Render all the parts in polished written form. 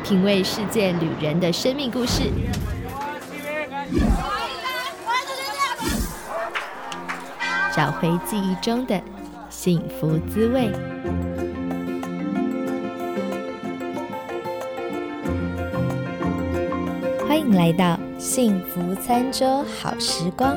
品味世界旅人的生命故事。找回记忆中的幸福滋味。欢迎来到幸福餐桌好时光。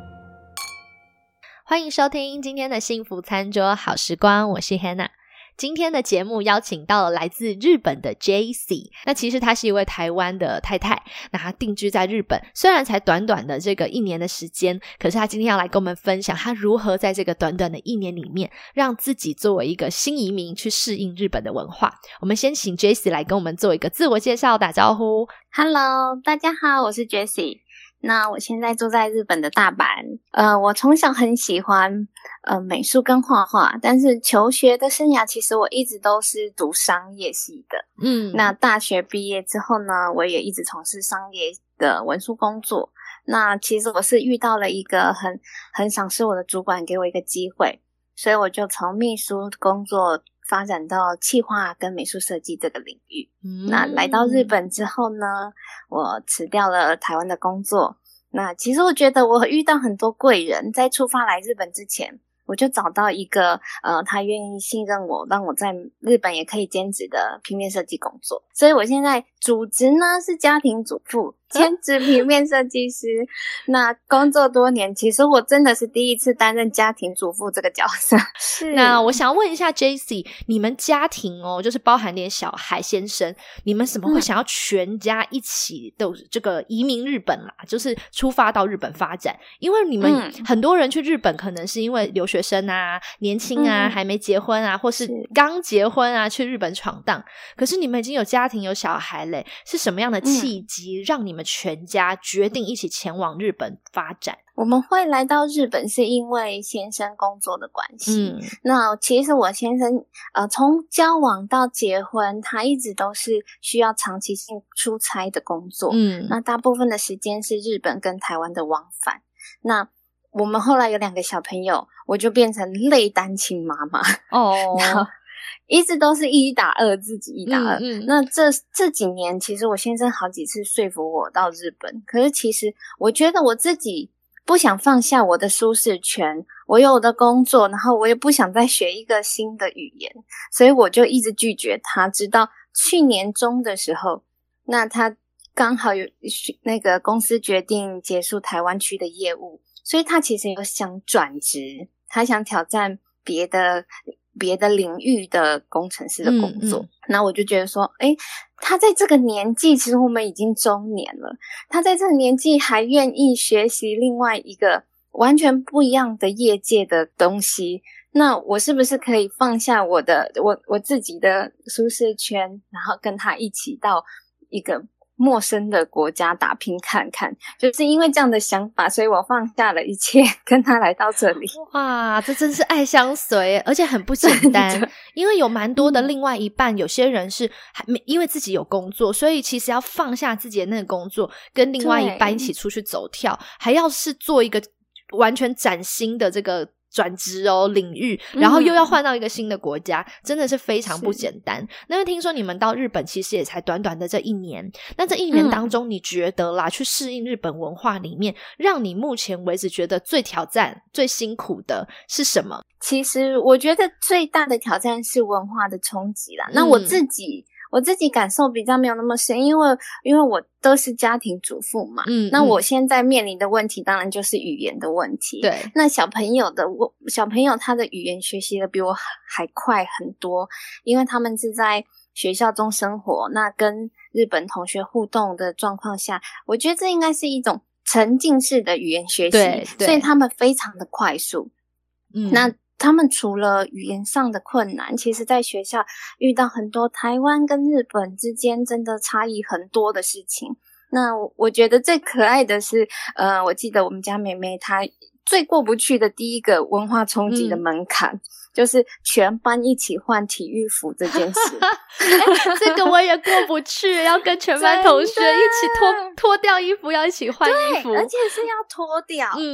欢迎收听今天的幸福餐桌好时光，我是 Hannah。今天的节目邀请到了来自日本的 Jessie， 那其实她是一位台湾的太太，那她定居在日本，虽然才短短的这个1年的时间，可是她今天要来跟我们分享她如何在这个短短的1年里面让自己作为一个新移民去适应日本的文化。我们先请 Jessie 来跟我们做一个自我介绍，打招呼。 Hello， 大家好，我是 Jessie。那我现在住在日本的大阪，我从小很喜欢美术跟画画，但是求学的生涯其实我一直都是读商业系的。那大学毕业之后呢，我也一直从事商业的文书工作。那其实我是遇到了一个很赏识我的主管给我一个机会，所以我就从秘书工作发展到企划跟美术设计这个领域。那来到日本之后呢，我辞掉了台湾的工作。那其实我觉得我遇到很多贵人，在出发来日本之前，我就找到一个他愿意信任我，让我在日本也可以兼职的平面设计工作。所以我现在主职呢是家庭主妇，兼职平面设计师。那工作多年，其实我真的是第一次担任家庭主妇这个角色。是。 那我想问一下 Jessie， 你们家庭就是包含连小孩先生，你们怎么会想要全家一起的这个移民日本啦，就是出发到日本发展？因为你们很多人去日本可能是因为留学生啊、年轻啊、还没结婚啊，或是刚结婚啊去日本闯荡，可是你们已经有家庭有小孩嘞，是什么样的契机让你们全家决定一起前往日本发展？ 我们会来到日本是因为先生工作的关系。那其实我先生从交往到结婚，他一直都是需要长期性出差的工作。那大部分的时间是日本跟台湾的往返。那我们后来有2个小朋友，我就变成类单亲妈妈。然后一直都是1打2，自己1打2。那这几年其实我先生好几次说服我到日本，可是其实我觉得我自己不想放下我的舒适圈，我有我的工作，然后我也不想再学一个新的语言，所以我就一直拒绝他，直到去年中的时候，那他刚好有那个公司决定结束台湾区的业务，所以他其实有想转职，他想挑战别的领域的工程师的工作。那我就觉得说他在这个年纪，其实我们已经中年了，他在这个年纪还愿意学习另外一个完全不一样的业界的东西，那我是不是可以放下我自己的舒适圈，然后跟他一起到一个陌生的国家打拼看看？就是因为这样的想法，所以我放下了一切，跟他来到这里。 哇，这真是爱相随，而且很不简单。因为有蛮多的另外一半，有些人是还没因为自己有工作，所以其实要放下自己的那个工作，跟另外一半一起出去走跳，还要是做一个完全崭新的这个转职领域，然后又要换到一个新的国家，真的是非常不简单。那听说你们到日本其实也才短短的这1年，那这1年当中你觉得啦，去适应日本文化里面，让你目前为止觉得最挑战最辛苦的是什么？ 其实我觉得最大的挑战是文化的冲击啦。那我自己感受比较没有那么深，因为我都是家庭主妇嘛。那我现在面临的问题当然就是语言的问题。对，那小朋友他的语言学习的比我还快很多，因为他们是在学校中生活，那跟日本同学互动的状况下，我觉得这应该是一种沉浸式的语言学习。对，所以他们非常的快速。那他们除了语言上的困难，其实在学校遇到很多台湾跟日本之间真的差异很多的事情。那我觉得最可爱的是我记得我们家妹妹她最过不去的第一个文化冲击的门槛，就是全班一起换体育服这件事。 这个我也过不去，要跟全班同学一起脱掉衣服，要一起换衣服， 而且是要脱掉。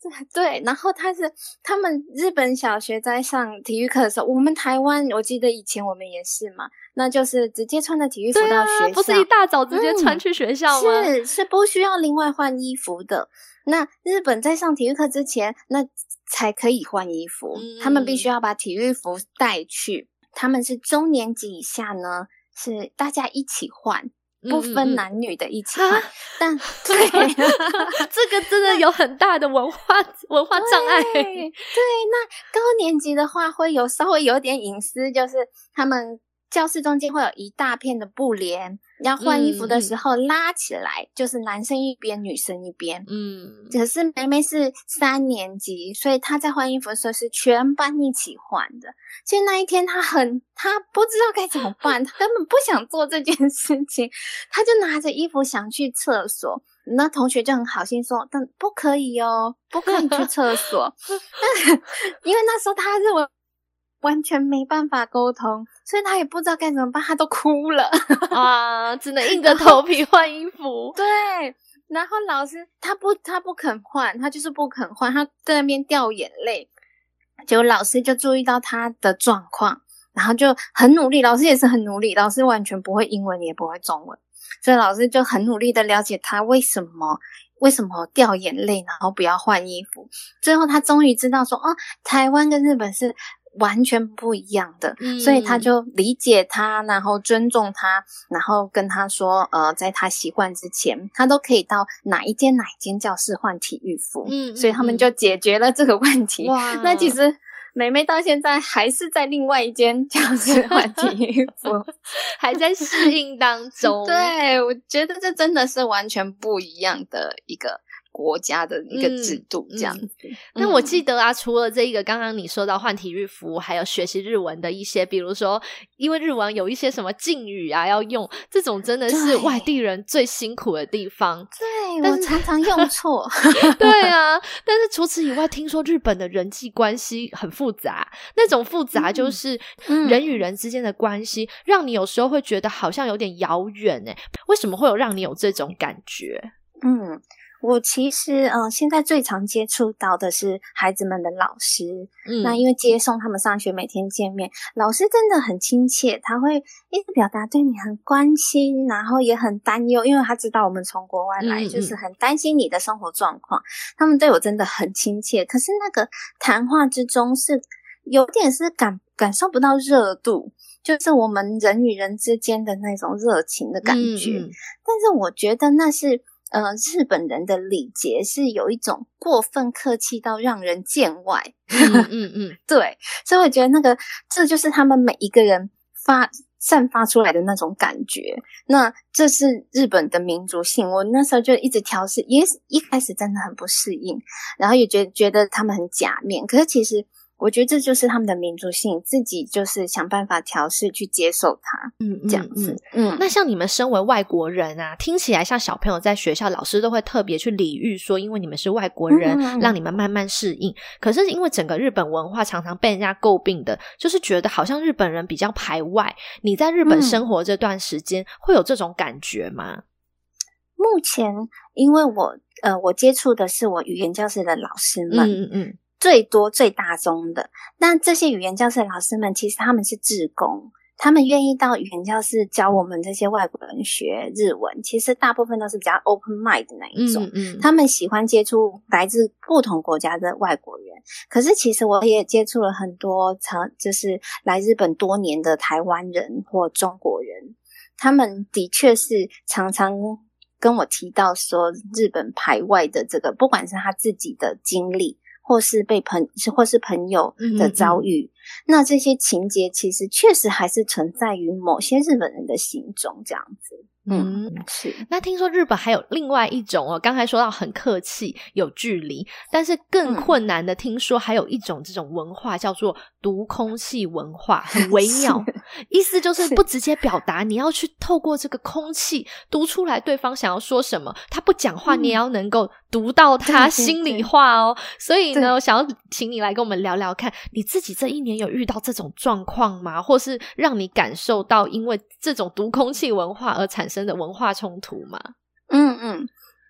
对，然后他们日本小学在上体育课的时候，我们台湾我记得以前我们也是嘛，那就是直接穿着体育服到学校， 不是一大早直接穿去学校吗？ 是不需要另外换衣服的。那日本在上体育课之前，那才可以换衣服，他们必须要把体育服带去。他们是中年级以下呢，是大家一起换。不分男女的一起换，但对这个真的有很大的文化障碍。 对，那高年级的话会有稍微有点隐私，就是他们教室中间会有一大片的布帘，要换衣服的时候拉起来，就是男生一边女生一边。可是妹妹是3年级，所以她在换衣服的时候是全班一起换的。其实那一天她不知道该怎么办，她根本不想做这件事情，她就拿着衣服想去厕所。那同学就很好心说，但不可以哦，不可以去厕所。因为那时候她认为完全没办法沟通，所以他也不知道该怎么办，他都哭了啊，只能硬着头皮换衣服。 对，然后老师他不肯换，他就是不肯换，他在那边掉眼泪。结果老师就注意到他的状况，然后就很努力，老师也是很努力，老师完全不会英文也不会中文，所以老师就很努力的了解他为什么掉眼泪，然后不要换衣服。最后他终于知道说，台湾跟日本是完全不一样的，所以他就理解他，然后尊重他，然后跟他说在他习惯之前他都可以到哪一间教室换体育服。所以他们就解决了这个问题。那其实妹妹到现在还是在另外一间教室换体育服还在适应当中。 对，我觉得这真的是完全不一样的一个国家的一个制度这样子。 那我记得啊，除了这个刚刚你说到换体育服，还有学习日文的一些，比如说因为日文有一些什么敬语啊要用，这种真的是外地人最辛苦的地方。 对，我常常用错对啊，但是除此以外，听说日本的人际关系很复杂，那种复杂就是人与人之间的关系让你有时候会觉得好像有点遥远耶。为什么会有让你有这种感觉？ 我其实现在最常接触到的是孩子们的老师。那因为接送他们上学，每天见面，老师真的很亲切，他会一直表达对你很关心，然后也很担忧，因为他知道我们从国外来，就是很担心你的生活状况。他们对我真的很亲切，可是那个谈话之中是有点是感受不到热度，就是我们人与人之间的那种热情的感觉。但是我觉得那是日本人的礼节是有一种过分客气到让人见外。对，所以我觉得这就是他们每一个人散发出来的那种感觉。那这是日本的民族性，我那时候就一直调试，也一开始真的很不适应，然后也觉得他们很假面，可是其实我觉得这就是他们的民族性，自己就是想办法调试去接受它。这样子。 那像你们身为外国人啊，听起来像小朋友在学校老师都会特别去礼遇说因为你们是外国人，让你们慢慢适应。可是因为整个日本文化常常被人家诟病的就是觉得好像日本人比较排外，你在日本生活这段时间会有这种感觉吗？ 目前因为我接触的是我语言教室的老师们，最多最大宗的。那这些语言教室的老师们其实他们是志工，他们愿意到语言教室教我们这些外国人学日文，其实大部分都是比较 open mind 的那一种。他们喜欢接触来自不同国家的外国人。可是其实我也接触了很多就是来日本多年的台湾人或中国人，他们的确是常常跟我提到说日本排外的这个，不管是他自己的经历或是朋友的遭遇，那这些情节其实确实还是存在于某些日本人的心中这样子。是。 那听说日本还有另外一种刚才说到很客气有距离，但是更困难的听说还有一种这种文化叫做读空气文化，很微妙意思就是不直接表达，你要去透过这个空气读出来对方想要说什么，他不讲话你也要能够读到他心里话哦。所以呢，我想要请你来跟我们聊聊看，你自己这一年有遇到这种状况吗？或是让你感受到因为这种读空气文化而产生的文化冲突吗？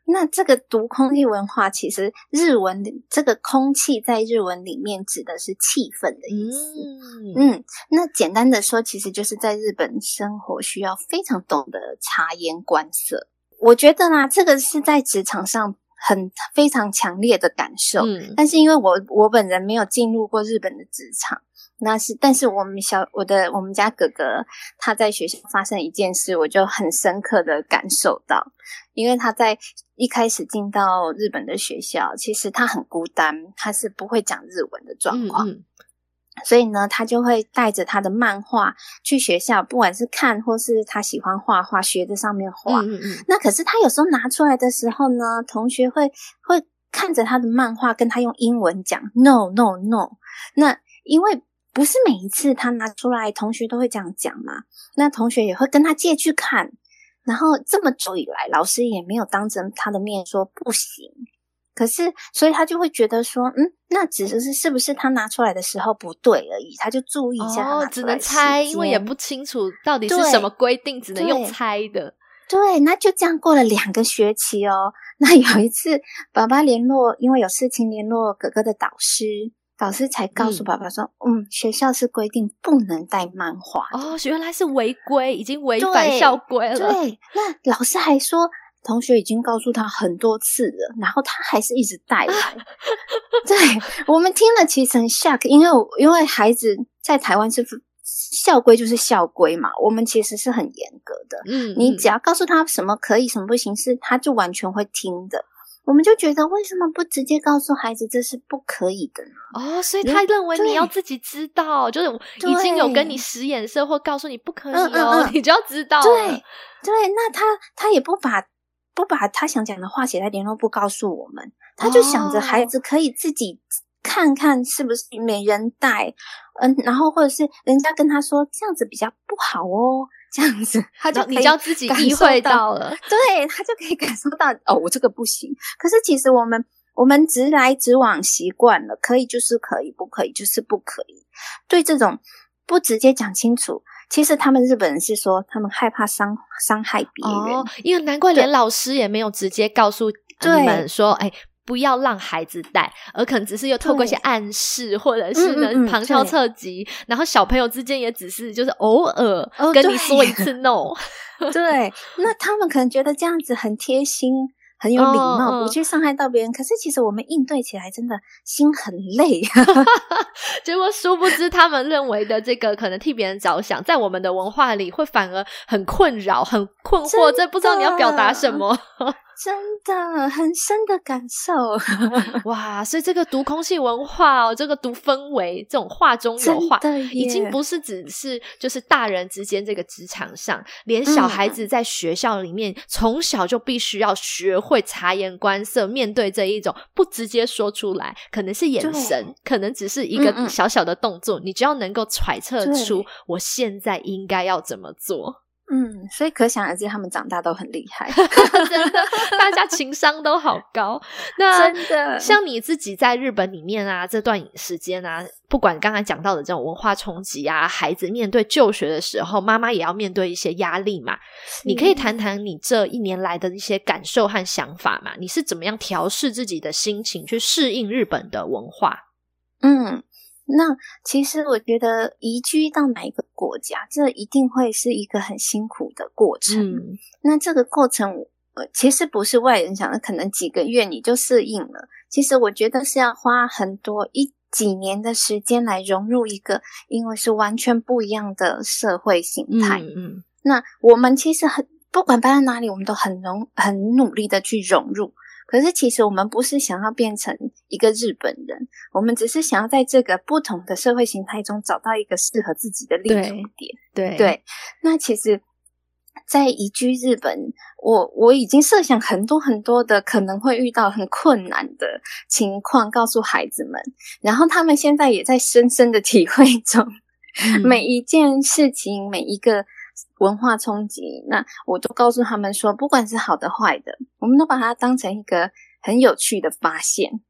那这个读空气文化，其实日文这个空气在日文里面指的是气氛的意思。那简单的说，其实就是在日本生活需要非常懂得察言观色。我觉得啦，这个是在职场上非常强烈的感受。但是因为我本人没有进入过日本的职场，但是我们家哥哥他在学校发生一件事，我就很深刻的感受到。因为他在一开始进到日本的学校，其实他很孤单，他是不会讲日文的状况。所以呢，他就会带着他的漫画去学校，不管是看或是他喜欢画画，学在上面画。那可是他有时候拿出来的时候呢，同学会看着他的漫画跟他用英文讲 no no no。 那因为不是每一次他拿出来同学都会这样讲嘛，那同学也会跟他借去看，然后这么久以来老师也没有当着他的面说不行。可是所以他就会觉得说那只是不是他拿出来的时候不对而已，他就注意一下他拿出来的时间。 只能猜，因为也不清楚到底是什么规定，只能用猜的。 对，那就这样过了2个学期哦。那有一次爸爸因为有事情联络哥哥的导师才告诉爸爸说学校是规定不能带漫画。 原来是违规，已经违反校规了。 对，那老师还说同学已经告诉他很多次了，然后他还是一直带来。对，我们听了其实很 shock， 因为孩子在台湾是校规就是校规嘛，我们其实是很严格的。你只要告诉他什么可以什么不行，他就完全会听的。我们就觉得为什么不直接告诉孩子这是不可以的呢？ 所以他认为你要自己知道，就是已经有跟你使眼色或告诉你不可以你就要知道了。 对，那他也不把他想讲的话写在联络簿告诉我们，他就想着孩子可以自己看看是不是没人带，然后或者是人家跟他说这样子比较不好哦，这样子你就要自己意会到了。 对，他就可以感受到我这个不行。可是其实我们直来直往习惯了，可以就是可以，不可以就是不可以。对这种不直接讲清楚，其实他们日本人是说他们害怕伤害别人。 因为难怪连老师也没有直接告诉你们说不要让孩子带，而可能只是又透过一些暗示，或者是呢旁敲侧击，然后小朋友之间也只是就是偶尔跟你说一次 no。 对，那他们可能觉得这样子很贴心很有礼貌，不去伤害到别人。可是其实我们应对起来真的心很累。 结果殊不知他们认为的这个可能替别人着想，在我们的文化里会反而很困扰很困惑，这不知道你要表达什么。 真的很深的感受。 哇，所以这个读空气文化这个读氛围，这种话中有话，已经不是只是就是大人之间这个职场上，连小孩子在学校里面从小就必须要学会察言观色，面对这一种不直接说出来，可能是眼神，可能只是一个小小的动作，你只要能够揣测出我现在应该要怎么做。 所以可想而知他们长大都很厉害。 真的，大家情商都好高。那真的像你自己在日本里面这段时间不管刚才讲到的这种文化冲击孩子面对就学的时候，妈妈也要面对一些压力嘛，你可以谈谈你这1年来的一些感受和想法嘛？你是怎么样调适自己的心情去适应日本的文化？ 那其实我觉得移居到哪一个国家，这一定会是一个很辛苦的过程。那这个过程其实不是外人想的可能几个月你就适应了，其实我觉得是要花很多几年的时间来融入一个因为是完全不一样的社会形态。那我们其实不管搬到哪里，我们都很努力的去融入。可是其实我们不是想要变成一个日本人，我们只是想要在这个不同的社会形态中找到一个适合自己的立足点。对，那其实在移居日本，我已经设想很多很多的可能会遇到很困难的情况告诉孩子们，然后他们现在也在深深的体会中。每一件事情，每一个文化冲击，那我都告诉他们说，不管是好的坏的，我们都把它当成一个很有趣的发现。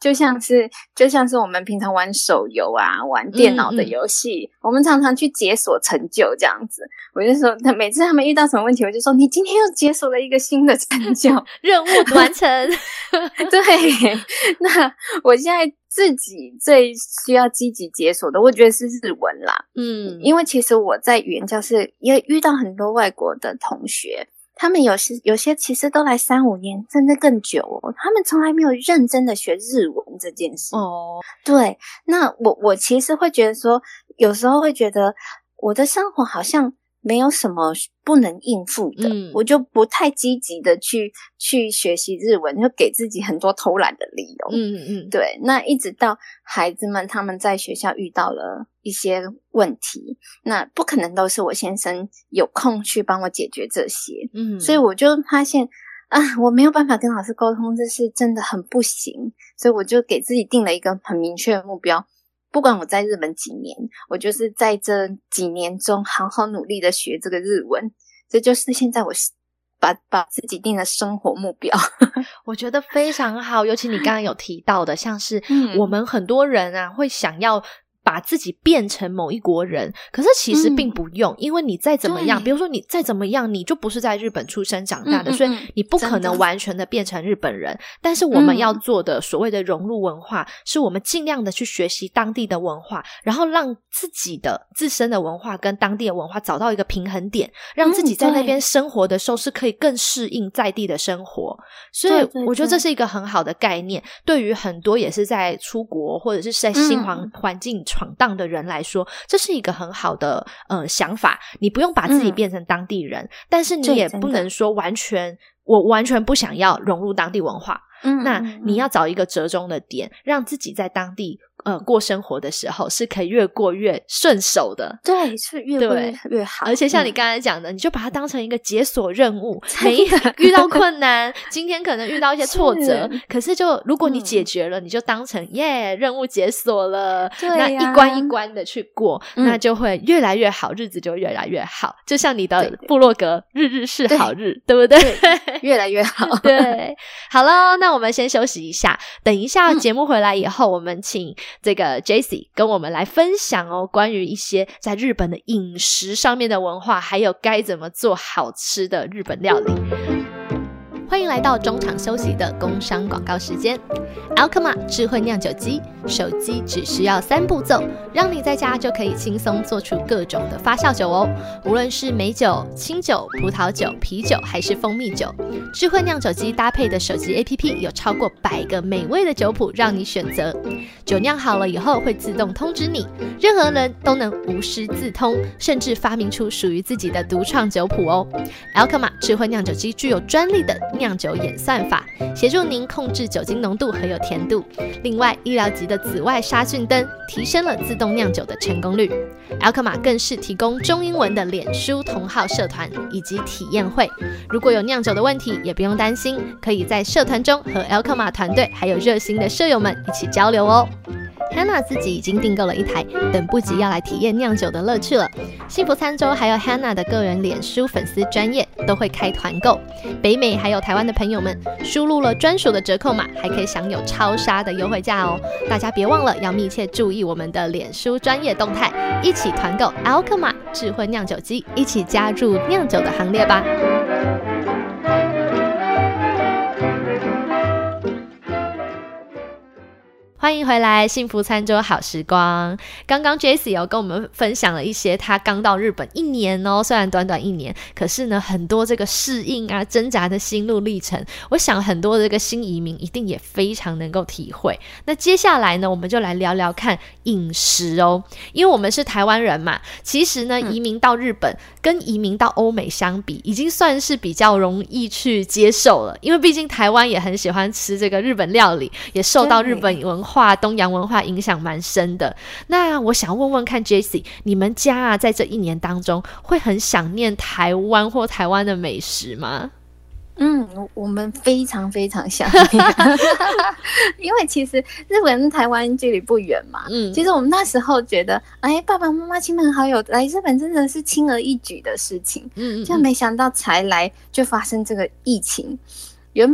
就像是我们平常玩手游啊，玩电脑的游戏，我们常常去解锁成就这样子。我就说，每次他们遇到什么问题，我就说你今天又解锁了一个新的成就， 任务完成。 对，那我现在自己最需要积极解锁的，我觉得是日文啦。因为其实我在语言教室也遇到很多外国的同学，他们有些其实都来3-5年甚至更久哦，他们从来没有认真的学日文这件事。对，那我其实会觉得说，有时候会觉得我的生活好像没有什么不能应付的，我就不太积极的去学习日文，就给自己很多偷懒的理由。对，那一直到孩子们他们在学校遇到了一些问题，那不可能都是我先生有空去帮我解决这些。所以我就发现我没有办法跟老师沟通，这是真的很不行，所以我就给自己定了一个很明确的目标，不管我在日本几年，我就是在这几年中好好努力的学这个日文，这就是现在我把自己定的生活目标。 我觉得非常好，尤其你刚刚有提到的，像是我们很多人啊会想要把自己变成某一国人，可是其实并不用，因为你再怎么样，比如说你再怎么样，你就不是在日本出生长大的，所以你不可能完全的变成日本人。但是我们要做的所谓的融入文化，是我们尽量的去学习当地的文化，然后让自己的自身的文化跟当地的文化找到一个平衡点，让自己在那边生活的时候是可以更适应在地的生活。所以我觉得这是一个很好的概念，对于很多也是在出国或者是在新环境闯荡的人来说，这是一个很好的想法。你不用把自己变成当地人，但是你也不能说我完全不想要融入当地文化。那你要找一个折中的点，让自己在当地过生活的时候是可以越过越顺手的。 对，是越过越好。 而且像你刚才讲的，你就把它当成一个解锁任务，每一遇到困难今天可能遇到一些挫折，可是就如果你解决了，你就当成任务解锁了，那一关一关的去过，那就会越来越好，日子就越来越好。就像你的部落格日日是好日， 对不对？ 越来越好。 对，好了，那我们先休息一下，等一下节目回来以后，我们请这个 Jessie 跟我们来分享关于一些在日本的饮食上面的文化，还有该怎么做好吃的日本料理。欢迎来到中场休息的工商广告时间。 Alkema 智慧酿酒机，手机只需要3步骤，让你在家就可以轻松做出各种的发酵酒哦。无论是美酒、清酒、葡萄酒、啤酒还是蜂蜜酒，智慧酿酒机搭配的手机 APP 有超过100个美味的酒谱让你选择。酒酿好了以后会自动通知你，任何人都能无师自通，甚至发明出属于自己的独创酒谱哦。Alkema 智慧酿酒机具有专利的酿酒演算法，协助您控制酒精浓度和有甜度。另外，医疗级的紫外杀菌灯提升了自动酿酒的成功率。Alkema 更是提供中英文的脸书同好社团以及体验会，如果有酿酒的问题也不用担心，可以在社团中和 Alkema 团队还有热心的舍友们一起交流哦。Hannah 自己已经订购了一台，等不及要来体验酿酒的乐趣了。幸福餐桌还有 Hannah 的个人脸书粉丝专页都会开团购，北美还有台湾的朋友们输入了专属的折扣码，还可以享有超杀的优惠价哦。大家别忘了要密切注意我们的脸书专页动态，一起团购 Alkema 智慧酿酒机，一起加入酿酒的行列吧。欢迎回来，幸福餐桌好时光。刚刚 Jessie 有跟我们分享了一些他刚到日本1年哦，虽然短短1年，可是呢很多这个适应啊挣扎的心路历程，我想很多这个新移民一定也非常能够体会。那接下来呢，我们就来聊聊看饮食哦，因为我们是台湾人嘛，其实呢移民到日本跟移民到欧美相比，已经算是比较容易去接受了，因为毕竟台湾也很喜欢吃这个日本料理，也受到日本文化东洋文化影响蛮深的。那我想问问看 Jessie， 你们家啊在这1年当中会很想念台湾或台湾的美食吗？ 我们非常非常想念因为其实日本跟台湾距离不远嘛。其实我们那时候觉得爸爸妈妈亲朋好友来日本真的是轻而易举的事情，就没想到才来就发生这个疫情。原本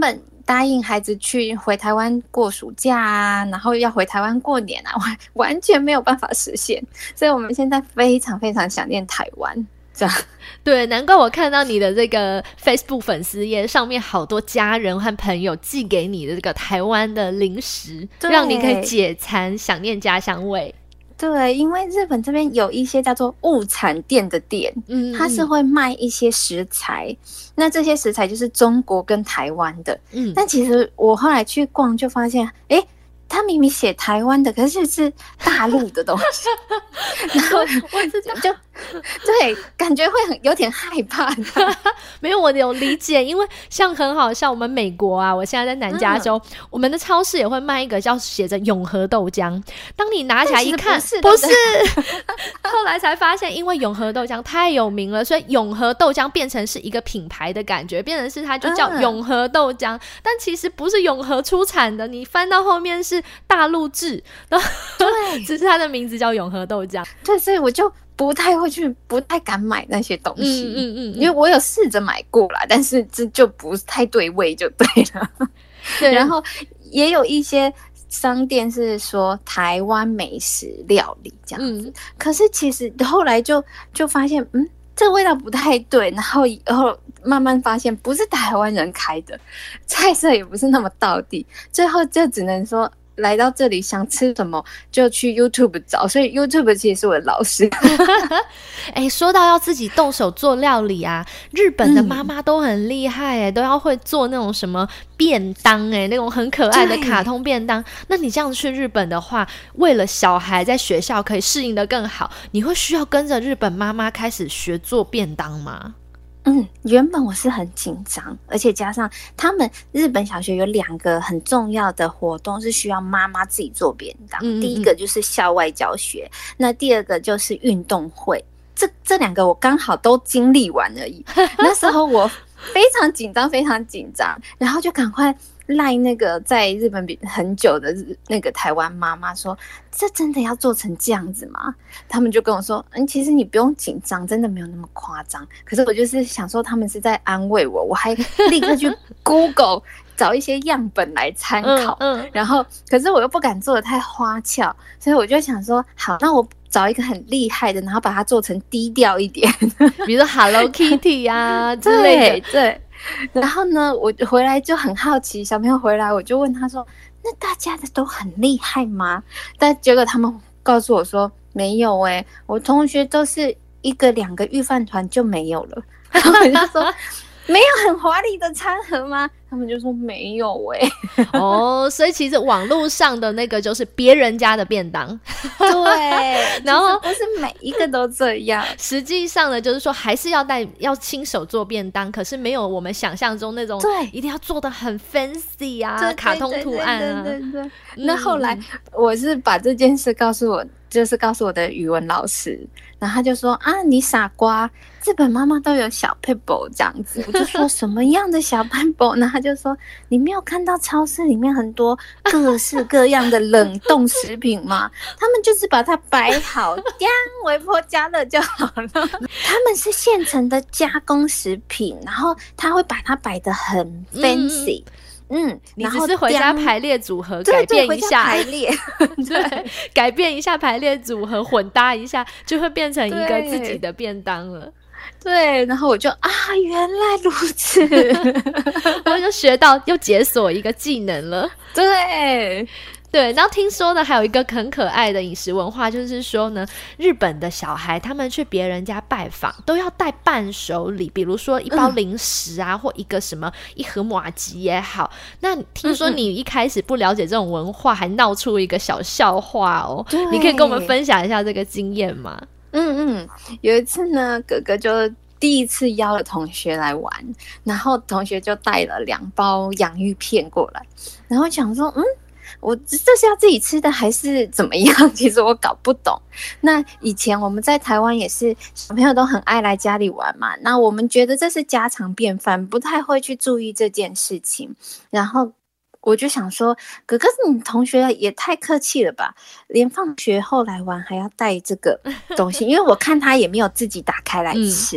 答应孩子去回台湾过暑假啊，然后要回台湾过年啊，完全没有办法实现，所以我们现在非常非常想念台湾。这样对，难怪我看到你的这个 Facebook 粉丝页上面好多家人和朋友寄给你的这个台湾的零食，让你可以解馋，想念家乡味。 对，因为日本这边有一些叫做物产店的店，它是会卖一些食材，那这些食材就是中国跟台湾的，但其实我后来去逛就发现，他明明写台湾的，可是是大陆的东西，然后我就对，感觉会有点害怕。 没有，我有理解，因为像很好笑，我们美国啊，我现在在南加州，我们的超市也会卖一个叫写着永和豆浆。当你拿起来一看，不是，后来才发现，因为永和豆浆太有名了，所以永和豆浆变成是一个品牌的感觉，变成是它就叫永和豆浆，但其实不是永和出产的，你翻到后面是大陆制，对，只是它的名字叫永和豆浆。 对，所以我就不太敢买那些东西，因为我有试着买过啦，但是这就不是太对味就对了。对，然后也有一些商店是说台湾美食料理这样子，可是其实后来就发现，这味道不太对，然后以后慢慢发现不是台湾人开的，菜色也不是那么道地，最后就只能说来到这里想吃什么就去 YouTube 找，所以 YouTube 其实是我的老师。 说到要自己动手做料理啊，日本的妈妈都很厉害都要会做那种什么便当那种很可爱的卡通便当。那你这样去日本的话，为了小孩在学校可以适应得更好，你会需要跟着日本妈妈开始学做便当吗？ 原本我是很紧张，而且加上他们日本小学有2个很重要的活动是需要妈妈自己做便当，第一个就是校外教学，那第二个就是运动会，这2个我刚好都经历完而已。那时候我非常紧张，非常紧张，然后就赶快赖那个在日本很久的那个台湾妈妈说，这真的要做成这样子吗？他们就跟我说，其实你不用紧张，真的没有那么夸张。可是我就是想说他们是在安慰我，我还立刻去 Google 找一些样本来参考，然后可是我又不敢做得太花俏，所以我就想说，好，那我找一个很厉害的，然后把它做成低调一点， 比如说 Hello Kitty 啊之类的。 对。然后呢，我回来就很好奇，小朋友回来我就问他说，那大家的都很厉害吗？但结果他们告诉我说没有我同学都是1个2个御饭团就没有了。然后我就说没有很华丽的餐盒吗？他们就说没有所以其实网络上的那个就是别人家的便当。 对，然后不是每一个都这样。 实际上呢，就是说还是要亲手做便当，可是没有我们想象中那种一定要做的很 fancy 啊，卡通图案啊。 对。那后来我是把这件事告诉我的语文老师，然后他就说啊，你傻瓜，日本妈妈都有小撇步这样子。我就说什么样的小撇步呢？他就说你没有看到超市里面很多各式各样的冷冻食品吗？他们就是把它摆好，微波加热就好了。他们是现成的加工食品，然后他会把它摆得很 fancy。 你只是回家排列组合改变一下排列对，改变一下排列组合混搭一下就会变成一个自己的便当了。 对，然后我就原来如此。 我就学到又解锁一个技能了。对，然后听说呢还有一个很可爱的饮食文化，就是说呢日本的小孩他们去别人家拜访都要带伴手礼，比如说一包零食啊，或一个什么一盒麻糬也好。那听说你一开始不了解这种文化，还闹出一个小笑话你可以跟我们分享一下这个经验吗？ 有一次呢，哥哥就第一次邀了同学来玩，然后同学就带了2包洋芋片过来，然后想说我这是要自己吃的还是怎么样？其实我搞不懂。那以前我们在台湾也是小朋友都很爱来家里玩嘛，那我们觉得这是家常便饭，不太会去注意这件事情。然后我就想说，哥哥你同学也太客气了吧，连放学后来玩还要带这个东西。因为我看他也没有自己打开来吃，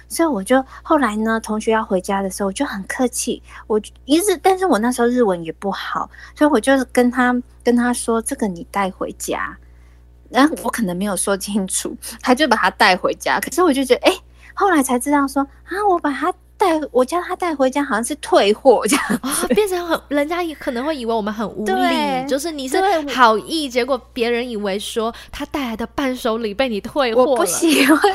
所以我就后来呢，同学要回家的时候，我就很客气，但是我那时候日文也不好，所以我就跟他说，这个你带回家。然后我可能没有说清楚，他就把他带回家。可是我就觉得，后来才知道说我把他我叫他带回家，好像是退货这样变成人家可能会以为我们很无理，就是你是好意，结果别人以为说他带来的伴手礼被你退货了， 我不喜欢。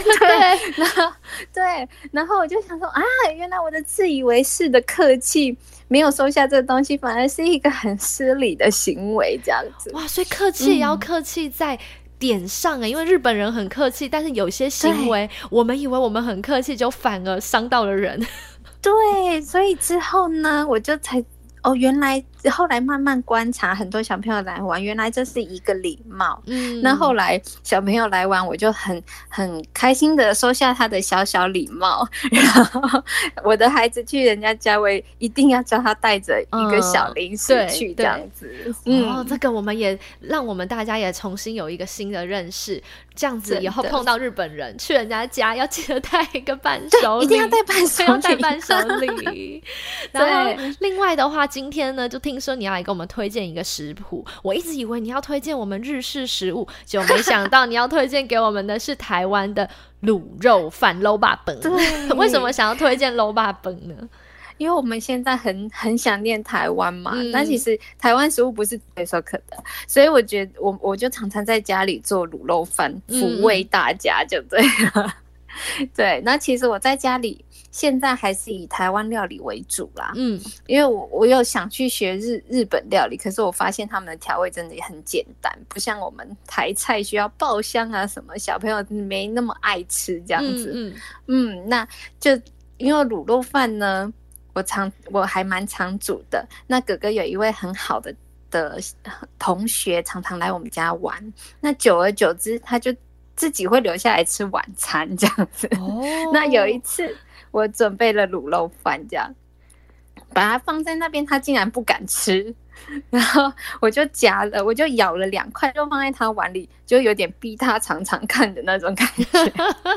然后我就想说原来我的自以为是的客气没有收下这个东西，反而是一个很失礼的行为这样子。 哇，所以客气也要客气在点上因为日本人很客气，但是有些行为我们以为我们很客气，就反而伤到了人。 对，所以之后呢，我就才原来后来慢慢观察很多小朋友来玩，原来这是一个礼貌。那后来小朋友来玩，我就很开心的收下他的小小礼貌。然后我的孩子去人家家，我一定要叫他带着一个小零食去，这样子。 这个我们也让我们大家也重新有一个新的认识。这样子以后碰到日本人去人家家，要记得带一个伴手礼， 一定要带伴手礼。然后另外的话，今天呢就听说你要来给我们推荐一个食谱，我一直以为你要推荐我们日式食物，结果没想到你要推荐给我们的是台湾的卤肉饭肉霸本。为什么想要推荐肉霸本呢？ 因为我们现在很想念台湾嘛，那其实台湾食物不是随手可得，所以我觉得我就常常在家里做卤肉饭抚慰大家就对了。对，那其实我在家里现在还是以台湾料理为主啦。因为我有想去学日本料理，可是我发现他们的调味真的也很简单，不像我们台菜需要爆香啊什么，小朋友没那么爱吃这样子。那就因为卤肉饭呢我还蛮常煮的，那哥哥有一位很好的同学常常来我们家玩，那久而久之他就自己会留下来吃晚餐这样子。那有一次我准备了卤肉饭，这样把它放在那边，他竟然不敢吃，然后我就咬了2块肉放在他碗里，就有点逼他尝尝看的那种感觉。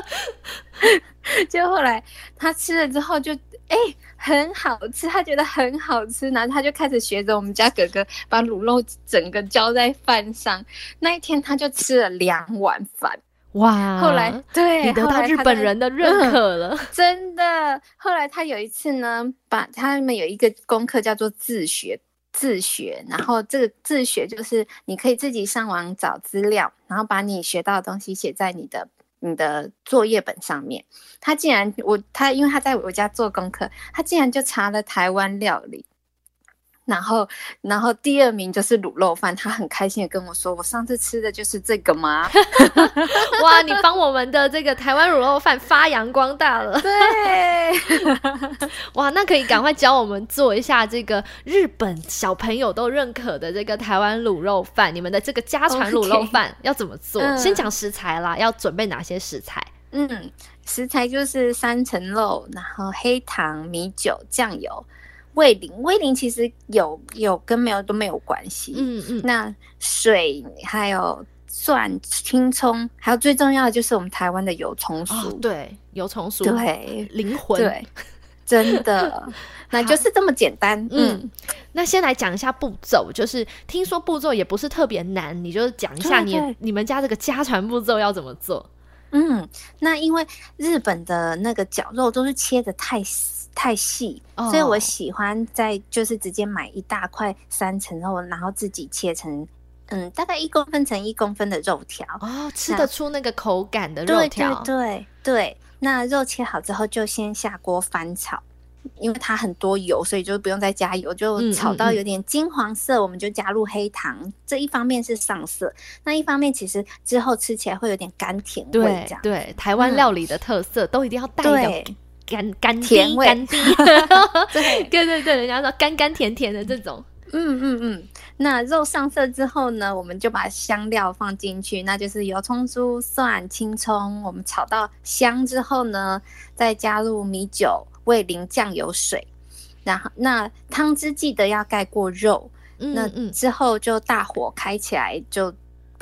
就后来他吃了之后就很好吃，他觉得很好吃，然后他就开始学着我们家哥哥把卤肉整个浇在饭上。那一天他就吃了2碗饭。 哇！ 后来对， 你得到日本人的认可了。 真的。后来他有一次呢，他们有一个功课叫做自学，然后这个自学就是你可以自己上网找资料，然后把你学到的东西写在你的作业本上面。他竟然因为他在我家做功课，他竟然就查了台湾料理，然后第2名就是卤肉饭，他很开心的跟我说，我上次吃的就是这个吗？ 哇，你帮我们的这个台湾卤肉饭发扬光大了。 对。 哇，那可以赶快教我们做一下这个日本小朋友都认可的这个台湾卤肉饭，你们的这个家传卤肉饭要怎么做？先讲食材啦，要准备哪些食材？ 食材就是3层肉，然后黑糖、米酒、酱油、味淋其实有跟没有都没有关系。那水还有蒜、青葱，还有最重要的就是我们台湾的油葱酥。 对，油葱酥， 对， 灵魂，对， 真的。那就是这么简单。 那先来讲一下步骤，就是听说步骤也不是特别难，你就讲一下你们家这个家传步骤要怎么做。 那因为日本的那个绞肉都是切的太细，所以我喜欢就是直接买一大块3层肉，然后自己切成大概1公分乘1公分的肉条。 吃得出那个口感的肉条。 对。那肉切好之后就先下锅翻炒，因为它很多油，所以就不用再加油，就炒到有点金黄色，我们就加入黑糖。这一方面是上色，那一方面其实之后吃起来会有点甘甜味这样。 对，台湾料理的特色都一定要带一个甘甜味。 对，人家说甘甘甜甜的这种。 那肉上色之后呢，我们就把香料放进去，那就是油葱酥、蒜、青葱，我们炒到香之后呢，再加入米酒、味淋、酱油、水，然后那汤汁记得要盖过肉。那之后就大火开起来，就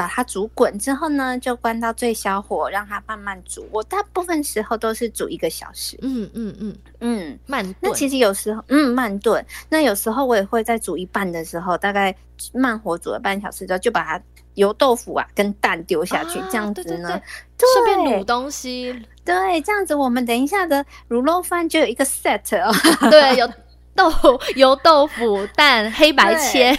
把它煮滚之后呢，就关到最小火，让它慢慢煮。我大部分时候都是煮1个小时。 慢炖。 那其实有时候慢炖，那有时候我也会在煮一半的时候，大概慢火煮了半小时之后，就把它油豆腐啊跟蛋丢下去，这样子呢， 顺便卤东西。 对，这样子我们等一下的卤肉饭就有一个 set 哦。 对，有油豆腐、蛋、黑白切。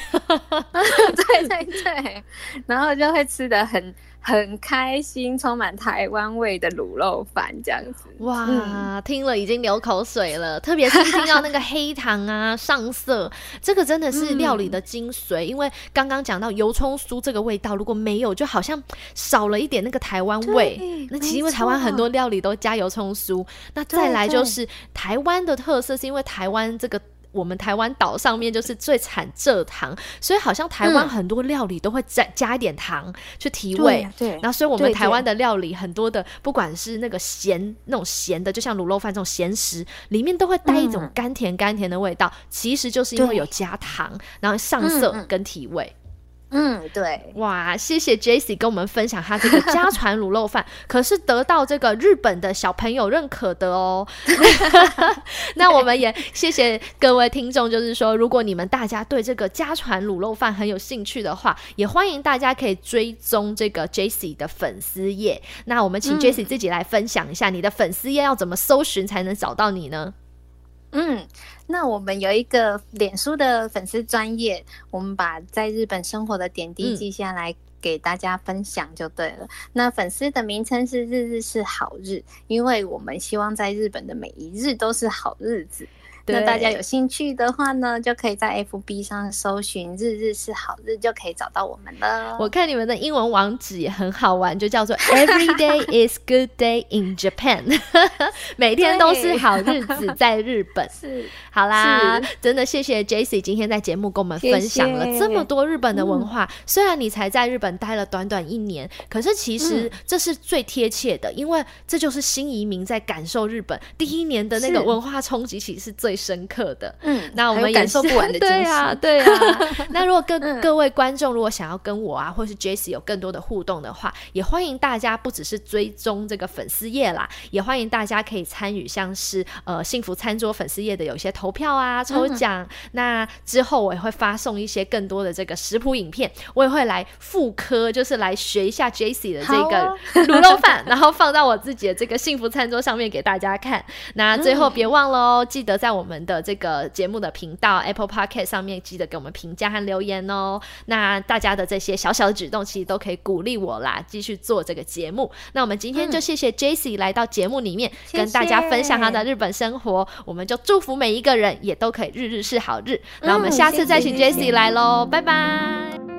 对，然后就会吃得很开心，充满台湾味的卤肉饭这样子。 哇，听了已经流口水了，特别是听到那个黑糖啊上色，这个真的是料理的精髓。因为刚刚讲到油葱酥这个味道，如果没有，就好像少了一点那个台湾味。那其实因为台湾很多料理都加油葱酥，那再来就是台湾的特色，是因为台湾这个我们台湾岛上面就是最产蔗糖，所以好像台湾很多料理都会加一点糖去提味。 对， 然后所以我们台湾的料理很多的，不管是那个咸那种咸的，就像卤肉饭这种咸食，里面都会带一种甘甜的味道，其实就是因为有加糖，然后上色跟提味。 对， 哇，谢谢 Jessie 跟我们分享他这个家传卤肉饭，可是得到这个日本的小朋友认可的哦。那我们也谢谢各位听众，就是说如果你们大家对这个家传卤肉饭很有兴趣的话，也欢迎大家可以追踪这个 Jessie 的粉丝页。那我们请 Jessie 自己来分享一下你的粉丝页要怎么搜寻才能找到你呢？ 那我们有一个脸书的粉丝专页，我们把在日本生活的点滴记下来给大家分享就对了。那粉丝的名称是日日是好日，因为我们希望在日本的每一日都是好日子。那大家有兴趣的话呢，就可以在 FB 上搜寻日日是好日，就可以找到我们了。 我看你们的英文网址也很好玩，就叫做 Every day is good day in Japan 每天都是好日子在日本。 是， 好啦，真的谢谢 Jessie 今天在节目跟我们分享了这么多日本的文化。虽然你才在日本待了短短1年，可是其实这是最贴切的，因为这就是新移民在感受日本第1年的那个文化冲击，其实是最深刻的。那我们也感受不完的惊喜。 对啊。那如果各位观众如果想要跟我啊或是 Jessie 有更多的互动的话，也欢迎大家不只是追踪这个粉丝页啦，也欢迎大家可以参与像是幸福餐桌粉丝页的有一些投票啊抽奖。那之后我也会发送一些更多的这个食谱影片，我也会来复刻，就是来学一下 Jessie 的这个卤肉饭然后放到我自己的这个幸福餐桌上面给大家看。那最后别忘了哦，记得在我们的这个节目的频道 Apple Podcast 上面记得给我们评价和留言哦。那大家的这些小小的举动其实都可以鼓励我啦，继续做这个节目。那我们今天就谢谢 Jessie 来到节目里面跟大家分享她的日本生活。我们就祝福每一个人也都可以日日是好日。那我们下次再请 Jessie 来咯，拜拜。